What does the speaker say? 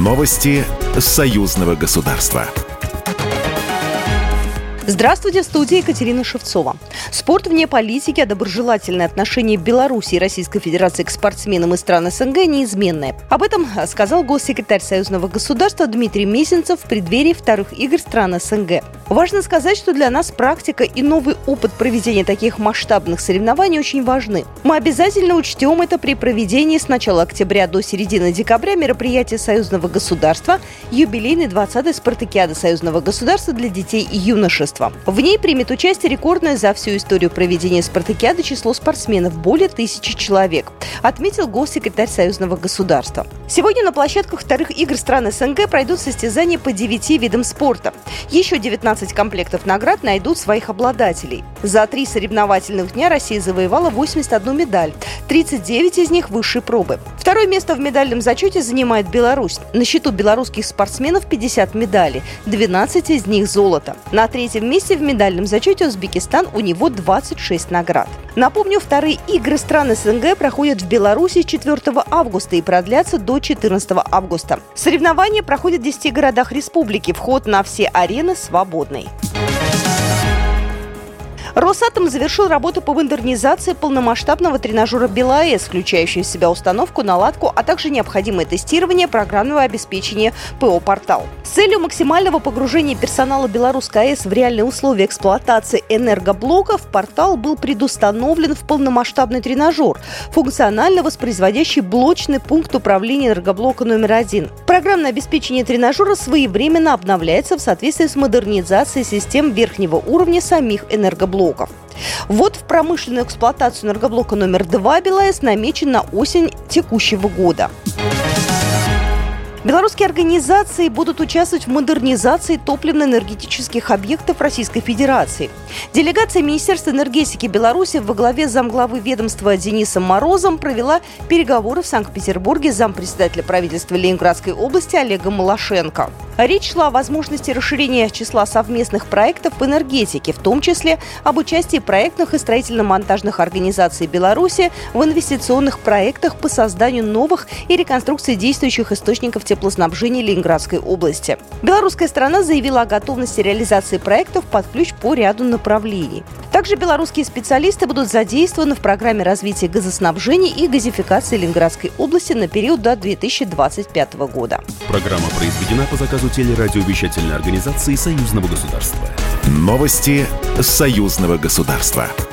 Новости союзного государства. Здравствуйте, в студии Екатерина Шевцова. Спорт вне политики, а доброжелательное отношение Беларуси и Российской Федерации к спортсменам из стран СНГ неизменное. Об этом сказал госсекретарь союзного государства Дмитрий Месенцев в преддверии вторых игр стран СНГ. Важно сказать, что для нас практика и новый опыт проведения таких масштабных соревнований очень важны. Мы обязательно учтем это при проведении с начала октября до середины декабря мероприятия союзного государства, юбилейной 20-й спартакиады союзного государства для детей и юношества. В ней примет участие рекордное за всю историю проведения спартакиады число спортсменов – более 1000 человек, отметил госсекретарь союзного государства. Сегодня на площадках вторых игр стран СНГ пройдут состязания по 9 видам спорта. Еще 19 комплектов наград найдут своих обладателей. За 3 соревновательных дня Россия завоевала 81 медаль, 39 из них высшей пробы. Второе место в медальном зачете занимает Беларусь. На счету белорусских спортсменов 50 медалей, 12 из них золото. На третьем месте в медальном зачете Узбекистан, у него 26 наград. Напомню, вторые игры стран СНГ проходят в Беларуси с 4 августа и продлятся до 14 августа. Соревнования проходят в 10 городах республики. Вход на все арены свободный. Росатом завершил работу по модернизации полномасштабного тренажера БелАЭС, включающую в себя установку, наладку, а также необходимое тестирование программного обеспечения ПО «Портал». С целью максимального погружения персонала Белорусской АЭС в реальные условия эксплуатации энергоблоков «Портал» был предустановлен в полномасштабный тренажер, функционально воспроизводящий блочный пункт управления энергоблока номер 1. Программное обеспечение тренажера своевременно обновляется в соответствии с модернизацией систем верхнего уровня самих энергоблоков. Вот в промышленную эксплуатацию энергоблока номер 2 БелАЭС намечен на осень текущего года. Белорусские организации будут участвовать в модернизации топливно-энергетических объектов Российской Федерации. Делегация Министерства энергетики Беларуси во главе с замглавы ведомства Денисом Морозом провела переговоры в Санкт-Петербурге с зампредседателя правительства Ленинградской области Олегом Малашенко. Речь шла о возможности расширения числа совместных проектов в энергетике, в том числе об участии проектных и строительно-монтажных организаций Беларуси в инвестиционных проектах по созданию новых и реконструкции действующих источников теплоснабжения Ленинградской области. Белорусская сторона заявила о готовности реализации проектов под ключ по ряду направлений. Также белорусские специалисты будут задействованы в программе развития газоснабжения и газификации Ленинградской области на период до 2025 года. Программа произведена по заказу телерадиовещательной организации Союзного государства. Новости союзного государства.